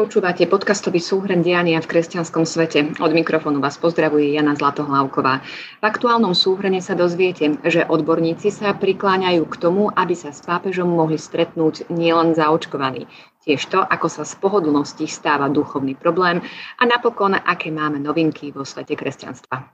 Počúvate podcastový súhrn diania v kresťanskom svete. Od mikrofónu vás pozdravuje Jana Zlatohlávková. V aktuálnom súhrne sa dozviete, že odborníci sa prikláňajú k tomu, aby sa s pápežom mohli stretnúť nielen zaočkovaní. Tiež to, ako sa z pohodlnosti stáva duchovný problém a napokon, aké máme novinky vo svete kresťanstva.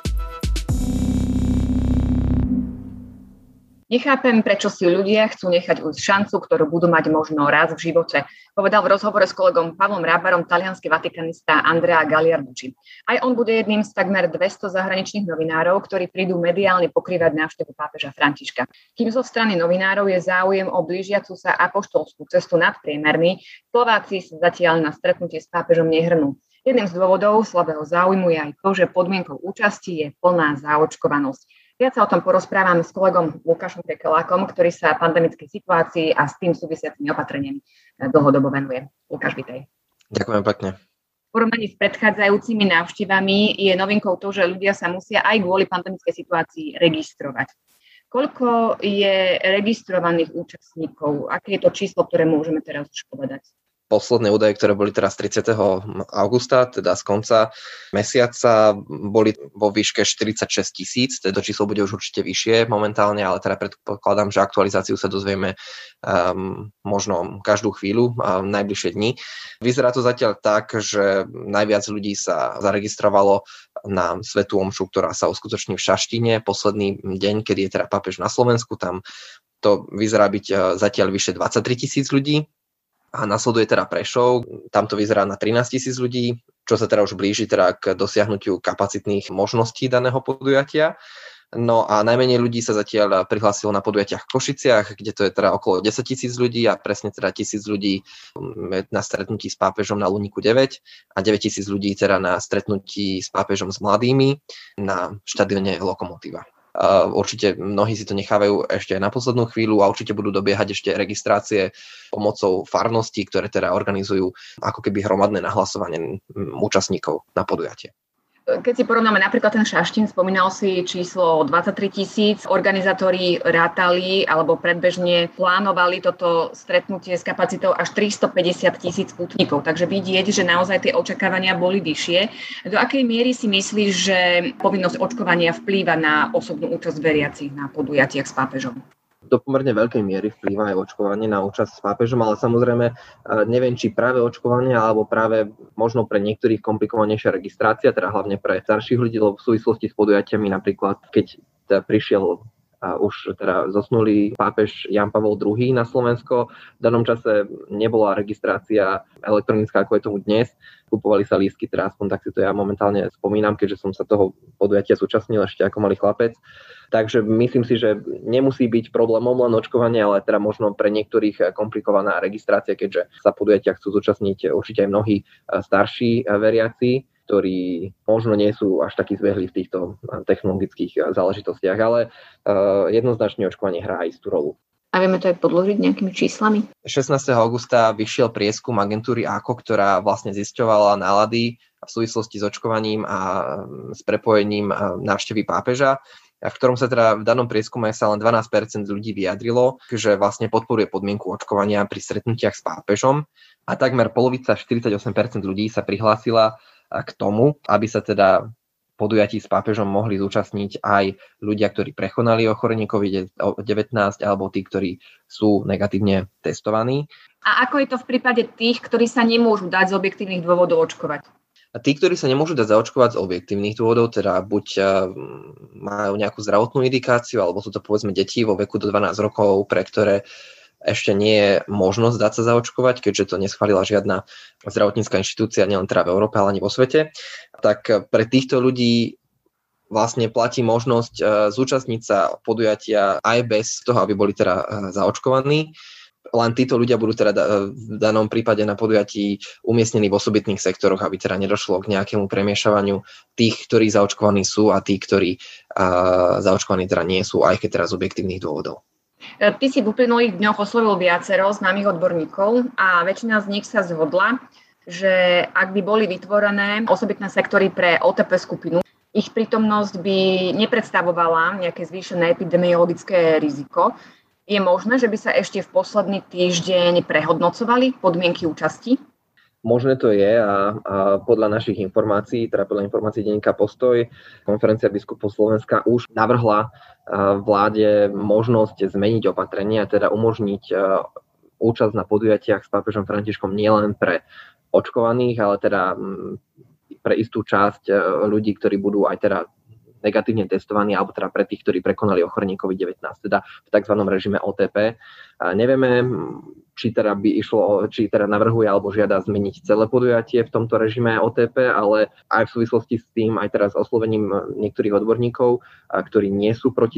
Nechápem, prečo si ľudia chcú nechať ujsť šancu, ktorú budú mať možno raz v živote, povedal v rozhovore s kolegom Pavlom Rábarom taliansky vatikanista Andrea Gagliarducci. Aj on bude jedným z takmer 200 zahraničných novinárov, ktorí prídu mediálne pokrývať návštevu pápeža Františka. Kým zo strany novinárov je záujem o blížiacu sa apoštolskú cestu nadpriemerný, Slováci sa zatiaľ na stretnutie s pápežom nehrnú. Jedným z dôvodov slabého záujmu je aj to, že podmienkou účasti je plná zaočkovanosť. Viac sa o tom porozprávam s kolegom Lukášom Tekelákom, ktorý sa pandemickej situácii a s tým súvisiacimi opatreniami dlhodobo venuje. Lukáš, vitaj. Ďakujem pekne. V porovnaní s predchádzajúcimi návštevami je novinkou to, že ľudia sa musia aj kvôli pandemickej situácii registrovať. Koľko je registrovaných účastníkov? Aké je to číslo, ktoré môžeme teraz už povedať? Posledné údaje, ktoré boli teraz 30. augusta, teda z konca mesiaca, boli vo výške 46 000. To číslo bude už určite vyššie momentálne, ale teda predpokladám, že aktualizáciu sa dozvieme možno každú chvíľu v najbližšie dni. Vyzerá to zatiaľ tak, že najviac ľudí sa zaregistrovalo na svätú omšu, ktorá sa uskutoční v Šaštíne posledný deň, kedy je teda pápež na Slovensku. Tam to vyzerá byť zatiaľ vyše 23 000 ľudí. A nasleduje teda Prešov, tam to vyzerá na 13 000 ľudí, čo sa teda už blíži teda k dosiahnutiu kapacitných možností daného podujatia. No a najmenej ľudí sa zatiaľ prihlásilo na podujatiach v Košiciach, kde to je teda okolo 10 000 ľudí a presne teda 1 000 ľudí na stretnutí s pápežom na Luníku 9 a 9 000 ľudí teda na stretnutí s pápežom s mladými na štadióne Lokomotíva. Určite mnohí si to nechávajú ešte aj na poslednú chvíľu a určite budú dobiehať ešte registrácie pomocou farností, ktoré teda organizujú ako keby hromadné nahlasovanie účastníkov na podujatie. Keď si porovnáme napríklad ten Šaštín, spomínal si číslo 23 000, organizátori rátali alebo predbežne plánovali toto stretnutie s kapacitou až 350 000 pútnikov, takže vidieť, že naozaj tie očakávania boli vyššie. Do akej miery si myslíš, že povinnosť očkovania vplýva na osobnú účasť veriacich na podujatiach s pápežom? Do pomerne veľkej miery vplýva aj očkovanie na účasť s pápežom, ale samozrejme neviem, či práve očkovanie alebo práve možno pre niektorých komplikovanejšia registrácia, teda hlavne pre starších ľudí, lebo v súvislosti s podujatiami napríklad, keď prišiel už teda zosnulý pápež Ján Pavol II na Slovensko. V danom čase nebola registrácia elektronická, ako je tomu dnes. Kupovali sa lístky, teda aspoň tak si to ja momentálne spomínam, keďže som sa toho podujatia zúčastnil ešte ako malý chlapec. Takže myslím si, že nemusí byť problémom len očkovanie, ale teda možno pre niektorých komplikovaná registrácia, keďže sa podujatia chcú zúčastniť určite aj mnohí starší veriaci, ktorí možno nie sú až takí zbehli v týchto technologických záležitostiach, ale jednoznačne očkovanie hrá istú rolu. A vieme to aj podložiť nejakými číslami? 16. augusta vyšiel prieskum agentúry AKO, ktorá vlastne zisťovala nálady v súvislosti s očkovaním a s prepojením návštevy pápeža, v ktorom sa teda v danom prieskume sa len 12% ľudí vyjadrilo, že vlastne podporuje podmienku očkovania pri stretnutiach s pápežom a takmer polovica, 48% ľudí sa prihlásila k tomu, aby sa teda podujatí s pápežom mohli zúčastniť aj ľudia, ktorí prekonali ochorenie COVID-19 alebo tí, ktorí sú negatívne testovaní. A ako je to v prípade tých, ktorí sa nemôžu dať z objektívnych dôvodov očkovať? A tí, ktorí sa nemôžu dať zaočkovať z objektívnych dôvodov, teda buď majú nejakú zdravotnú indikáciu, alebo sú to povedzme deti vo veku do 12 rokov, pre ktoré ešte nie je možnosť dať sa zaočkovať, keďže to neschválila žiadna zdravotnícka inštitúcia, nielen teda v Európe, ale ani vo svete, tak pre týchto ľudí vlastne platí možnosť zúčastniť sa podujatia aj bez toho, aby boli teda zaočkovaní. Len títo ľudia budú teda v danom prípade na podujatí umiestnení v osobitných sektoroch, aby teda nedošlo k nejakému premiešavaniu tých, ktorí zaočkovaní sú a tí, ktorí zaočkovaní teda nie sú, aj keď teraz z objektívnych dôvodov. Ty si v uplynulých dňoch oslovil viacero známych odborníkov a väčšina z nich sa zhodla, že ak by boli vytvorené osobitné sektory pre OTP skupinu, ich prítomnosť by nepredstavovala nejaké zvýšené epidemiologické riziko. Je možné, že by sa ešte v posledný týždeň prehodnocovali podmienky účasti? Možné to je a podľa našich informácií, teda podľa informácií denníka Postoj, Konferencia biskupov Slovenska už navrhla vláde možnosť zmeniť opatrenia, teda umožniť účasť na podujatiach s pápežom Františkom nielen pre očkovaných, ale teda pre istú časť ľudí, ktorí budú aj teda negatívne testovaní, alebo teda pre tých, ktorí prekonali ochorenie COVID-19, teda v tzv. Režime OTP. Nevieme, či teda navrhuje alebo žiada zmeniť celé podujatie v tomto režime OTP, ale aj v súvislosti s tým, aj teraz oslovením niektorých odborníkov, ktorí nie sú proti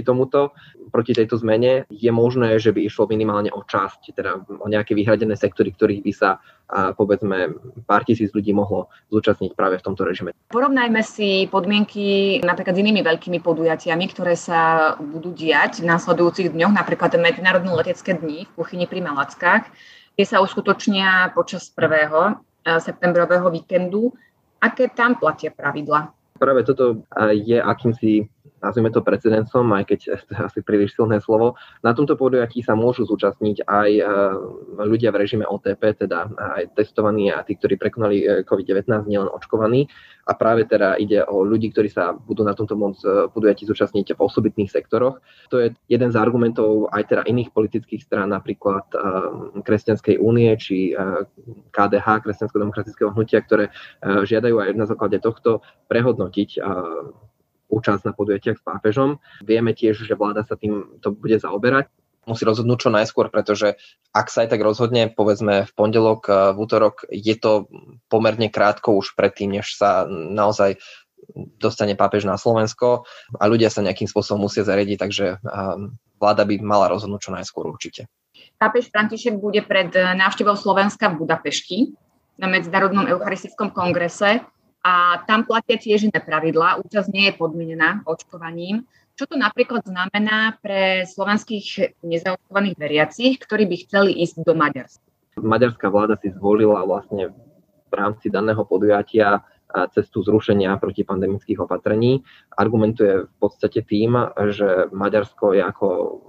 tejto zmene, je možné, že by išlo minimálne o časť, teda o nejaké vyhradené sektory, ktorých by sa povedzme pár tisíc ľudí mohlo zúčastniť práve v tomto režime. Porovnajme si podmienky napríklad s inými veľkými podujatiami, ktoré sa budú diať v následujúcich dňoch, napríklad Medzinárodné letecké dni v Kuchyni pri Malackách, kde sa uskutočnia počas 1. septembrového víkendu. Aké tam platia pravidlá? Práve toto je akýmsi, nazvime to precedensom, aj keď to je asi príliš silné slovo. Na tomto podujatí sa môžu zúčastniť aj ľudia v režime OTP, teda aj testovaní a tí, ktorí prekonali COVID-19, nielen očkovaní. A práve teda ide o ľudí, ktorí sa budú na tomto podujatí zúčastniť v osobitných sektoroch. To je jeden z argumentov aj teda iných politických strán, napríklad Kresťanskej únie či KDH, Kresťansko-demokratického hnutia, ktoré žiadajú aj na základe tohto prehodnotiť účasť na podujatiach s pápežom. Vieme tiež, že vláda sa týmto bude zaoberať. Musí rozhodnúť čo najskôr, pretože ak sa aj tak rozhodne, povedzme v pondelok, v útorok, je to pomerne krátko už predtým, než sa naozaj dostane pápež na Slovensko a ľudia sa nejakým spôsobom musia zariadiť, takže vláda by mala rozhodnúť čo najskôr určite. Pápež František bude pred návštevou Slovenska v Budapešti na Medzinárodnom eucharistickom kongrese a tam platia tiež iné pravidlá. Účasť nie je podmienená očkovaním. Čo to napríklad znamená pre slovenských nezaočkovaných veriacich, ktorí by chceli ísť do Maďarska? Maďarská vláda si zvolila vlastne v rámci daného podujatia cestu zrušenia protipandemických opatrení. Argumentuje v podstate tým, že Maďarsko je ako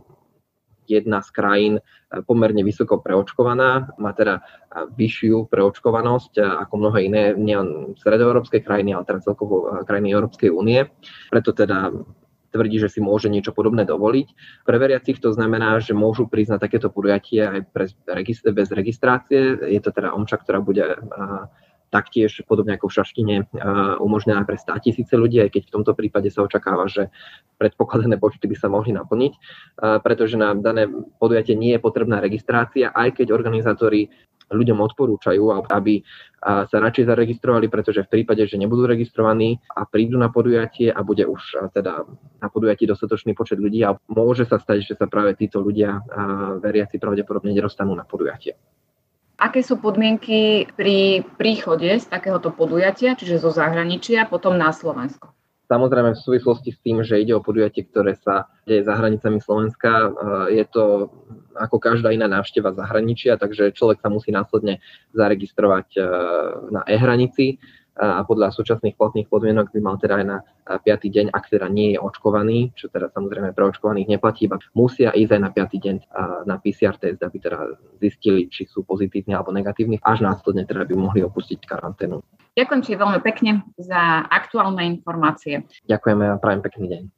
jedna z krajín pomerne vysoko preočkovaná, má teda vyššiu preočkovanosť ako mnohé iné, nielen stredoeurópske krajiny, ale teda celkovo krajiny Európskej únie. Preto teda tvrdí, že si môže niečo podobné dovoliť. Pre veriacich to znamená, že môžu prísť na takéto podujatie aj bez registrácie. Je to teda omča, ktorá bude taktiež podobne ako v Šaštíne umožnená pre 100 000 ľudí, aj keď v tomto prípade sa očakáva, že predpokladané počty by sa mohli naplniť, pretože na dané podujatie nie je potrebná registrácia, aj keď organizátori ľuďom odporúčajú, aby sa radšej zaregistrovali, pretože v prípade, že nebudú registrovaní a prídu na podujatie a bude už teda na podujatí dostatočný počet ľudí a môže sa stať, že sa práve títo ľudia veriaci pravdepodobne nedostanú na podujatie. Aké sú podmienky pri príchode z takéhoto podujatia, čiže zo zahraničia, potom na Slovensko? Samozrejme v súvislosti s tým, že ide o podujatie, ktoré sa deje za hranicami Slovenska, je to ako každá iná návšteva zahraničia, takže človek sa musí následne zaregistrovať na e-hranici a podľa súčasných platných podmienok by mal teda aj na 5. deň, ak teda nie je očkovaný, čo teda samozrejme pre očkovaných neplatí, iba musia ísť aj na 5. deň na PCR test, aby teda zistili, či sú pozitívni alebo negatívni, až následne teda by mohli opustiť karanténu. Ďakujem ti veľmi pekne za aktuálne informácie. Ďakujeme a prajem pekný deň.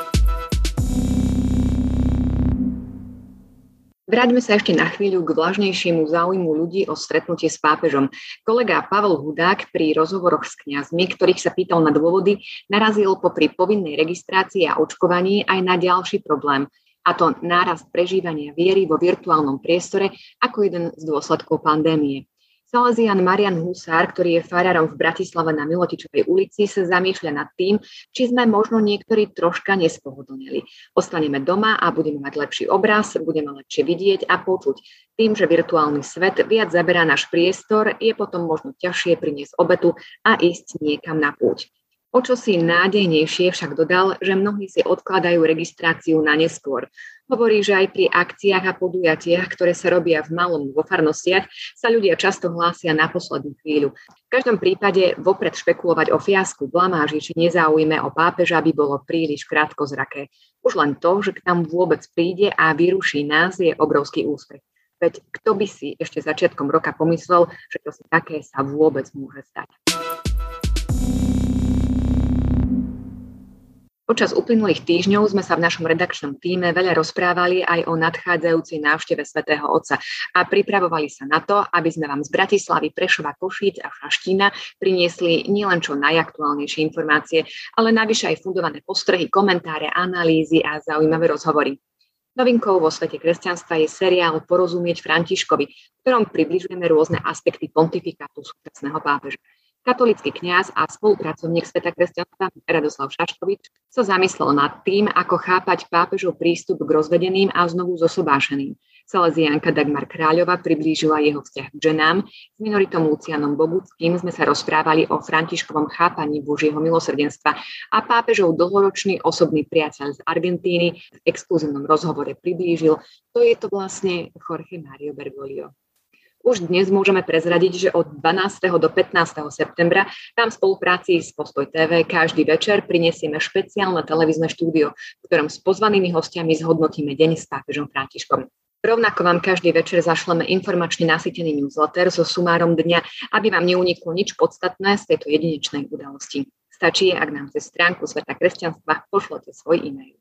Vráťme sa ešte na chvíľu k vlažnejšiemu záujmu ľudí o stretnutie s pápežom. Kolega Pavel Hudák pri rozhovoroch s kňazmi, ktorých sa pýtal na dôvody, narazil popri povinnej registrácii a očkovaní aj na ďalší problém, a to nárast prežívania viery vo virtuálnom priestore ako jeden z dôsledkov pandémie. Salesián Marian Husár, ktorý je farárom v Bratislave na Milotičovej ulici, sa zamýšľa nad tým, či sme možno niektorí troška nespohodlneli. Ostaneme doma a budeme mať lepší obraz, budeme lepšie vidieť a počuť. Tým, že virtuálny svet viac zaberá náš priestor, je potom možno ťažšie priniesť obetu a ísť niekam na púť. O čo si nádejnejšie však dodal, že mnohí si odkladajú registráciu na neskôr. Hovorí, že aj pri akciách a podujatiach, ktoré sa robia v malom vo farnostiach, sa ľudia často hlásia na poslednú chvíľu. V každom prípade vopred špekulovať o fiasku, blamáži či nezáujme o pápeža by bolo príliš krátkozraké. Už len to, že k nám vôbec príde a vyruší nás, je obrovský úspech. Veď kto by si ešte začiatkom roka pomyslel, že to si také sa vôbec môže stať. Počas uplynulých týždňov sme sa v našom redakčnom tíme veľa rozprávali aj o nadchádzajúcej návšteve svätého Otca a pripravovali sa na to, aby sme vám z Bratislavy, Prešova, Košíc a Šaštína priniesli nielen čo najaktuálnejšie informácie, ale navyše aj fundované postrehy, komentáre, analýzy a zaujímavé rozhovory. Novinkou vo svete kresťanstva je seriál Porozumieť Františkovi, v ktorom približujeme rôzne aspekty pontifikátu súčasného pápeža. Katolícky kňaz a spolupracovník Sveta kresťanstva Radoslav Šaškovič sa zamyslel nad tým, ako chápať pápežov prístup k rozvedeným a znovu zosobášeným. Salesiánka Dagmar Kráľová priblížila jeho vzťah k ženám. S minoritom Lucianom Boguckým sme sa rozprávali o Františkovom chápaní Božieho milosrdenstva a pápežov dlhoročný osobný priateľ z Argentíny v exkluzívnom rozhovore priblížil, kto je to vlastne Jorge Mario Bergoglio. Už dnes môžeme prezradiť, že od 12. do 15. septembra vám v spolupráci s Postoj TV každý večer prinesieme špeciálne televízne štúdio, v ktorom s pozvanými hostiami zhodnotíme deň s pápežom Františkom. Rovnako vám každý večer zašleme informačne nasytený newsletter so sumárom dňa, aby vám neuniklo nič podstatné z tejto jedinečnej udalosti. Stačí, ak nám cez stránku Sveta kresťanstva pošlete svoj e-mail.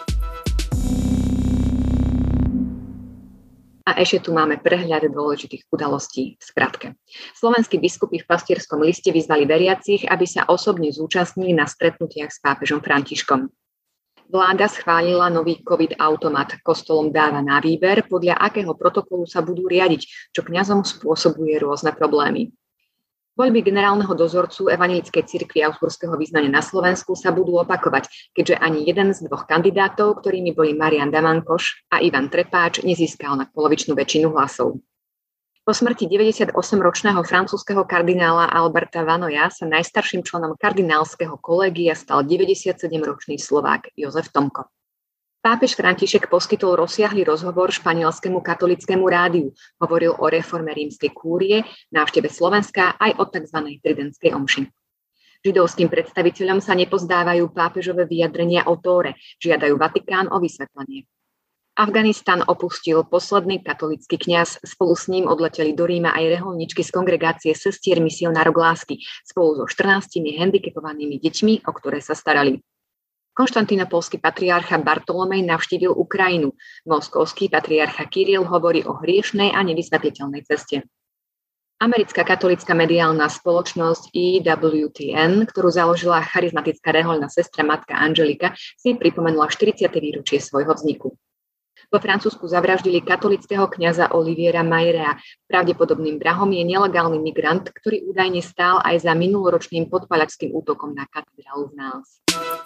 A ešte tu máme prehľad dôležitých udalostí v skratke. Slovenskí biskupy v pastierskom liste vyzvali veriacich, aby sa osobne zúčastnili na stretnutiach s pápežom Františkom. Vláda schválila nový COVID-automat. Kostolom dáva na výber, podľa akého protokolu sa budú riadiť, čo kňazom spôsobuje rôzne problémy. Voľby generálneho dozorcu Evanjelickej cirkvi Augsburského vyznania na Slovensku sa budú opakovať, keďže ani jeden z dvoch kandidátov, ktorými boli Marian Damankoš a Ivan Trepáč, nezískal na polovičnú väčšinu hlasov. Po smrti 98-ročného francúzskeho kardinála Alberta Vanoja sa najstarším členom kardinálskeho kolégia stal 97-ročný Slovák Jozef Tomko. Pápež František poskytol rozsiahly rozhovor španielskému katolickému rádiu. Hovoril o reforme rímskej kúrie, návšteve Slovenska aj o tzv. Tridentskej omši. Židovským predstaviteľom sa nepozdávajú pápežové vyjadrenia o Tóre, žiadajú Vatikán o vysvetlenie. Afganistan opustil posledný katolícky kňaz, spolu s ním odleteli do Ríma aj reholničky z kongregácie sestier misionárok lásky, spolu so 14 handicapovanými deťmi, o ktoré sa starali. Konštantínopolský patriarcha Bartolomej navštívil Ukrajinu. Moskovský patriarcha Kiril hovorí o hriešnej a nevysvetliteľnej ceste. Americká katolícka mediálna spoločnosť EWTN, ktorú založila charizmatická rehoľná sestra matka Angelika, si pripomenula 40. výročie svojho vzniku. Vo Francúzsku zavraždili katolického kňaza Oliviera Maillerea. Pravdepodobným vrahom je nelegálny migrant, ktorý údajne stál aj za minuloročným podpaľačským útokom na katedrálu v Niles.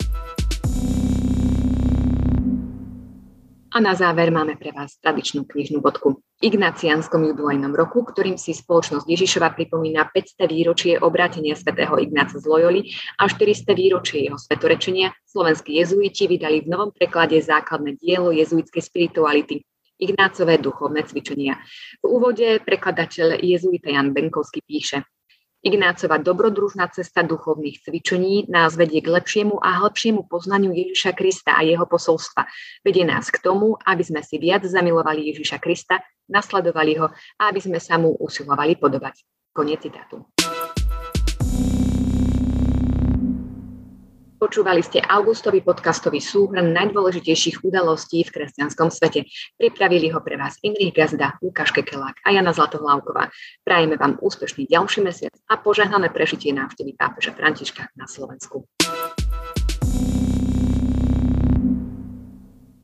A na záver máme pre vás tradičnú knižnú bodku. Ignacianskom jubilejnom roku, ktorým si spoločnosť Ježišova pripomína 500. výročie obrátenia svätého Ignáca z Loyoli a 400. výročie jeho svetorečenia, slovenskí jezuiti vydali v novom preklade základné dielo jezuitskej spirituality Ignácové duchovné cvičenia. V úvode prekladateľ jezuita Jan Benkovský píše: Ignácova dobrodružná cesta duchovných cvičení nás vedie k lepšiemu a hlbšiemu poznaniu Ježiša Krista a jeho posolstva. Vedie nás k tomu, aby sme si viac zamilovali Ježiša Krista, nasledovali ho a aby sme sa mu usilovali podobať. Koniec citátu. Počúvali ste augustový podcastový súhrn najdôležitejších udalostí v kresťanskom svete. Pripravili ho pre vás Imrich Gazda, Lukáš Kekelák a Jana Zlatohlávková. Prajeme vám úspešný ďalší mesiac a požehnané prežitie návštevy pápeža Františka na Slovensku.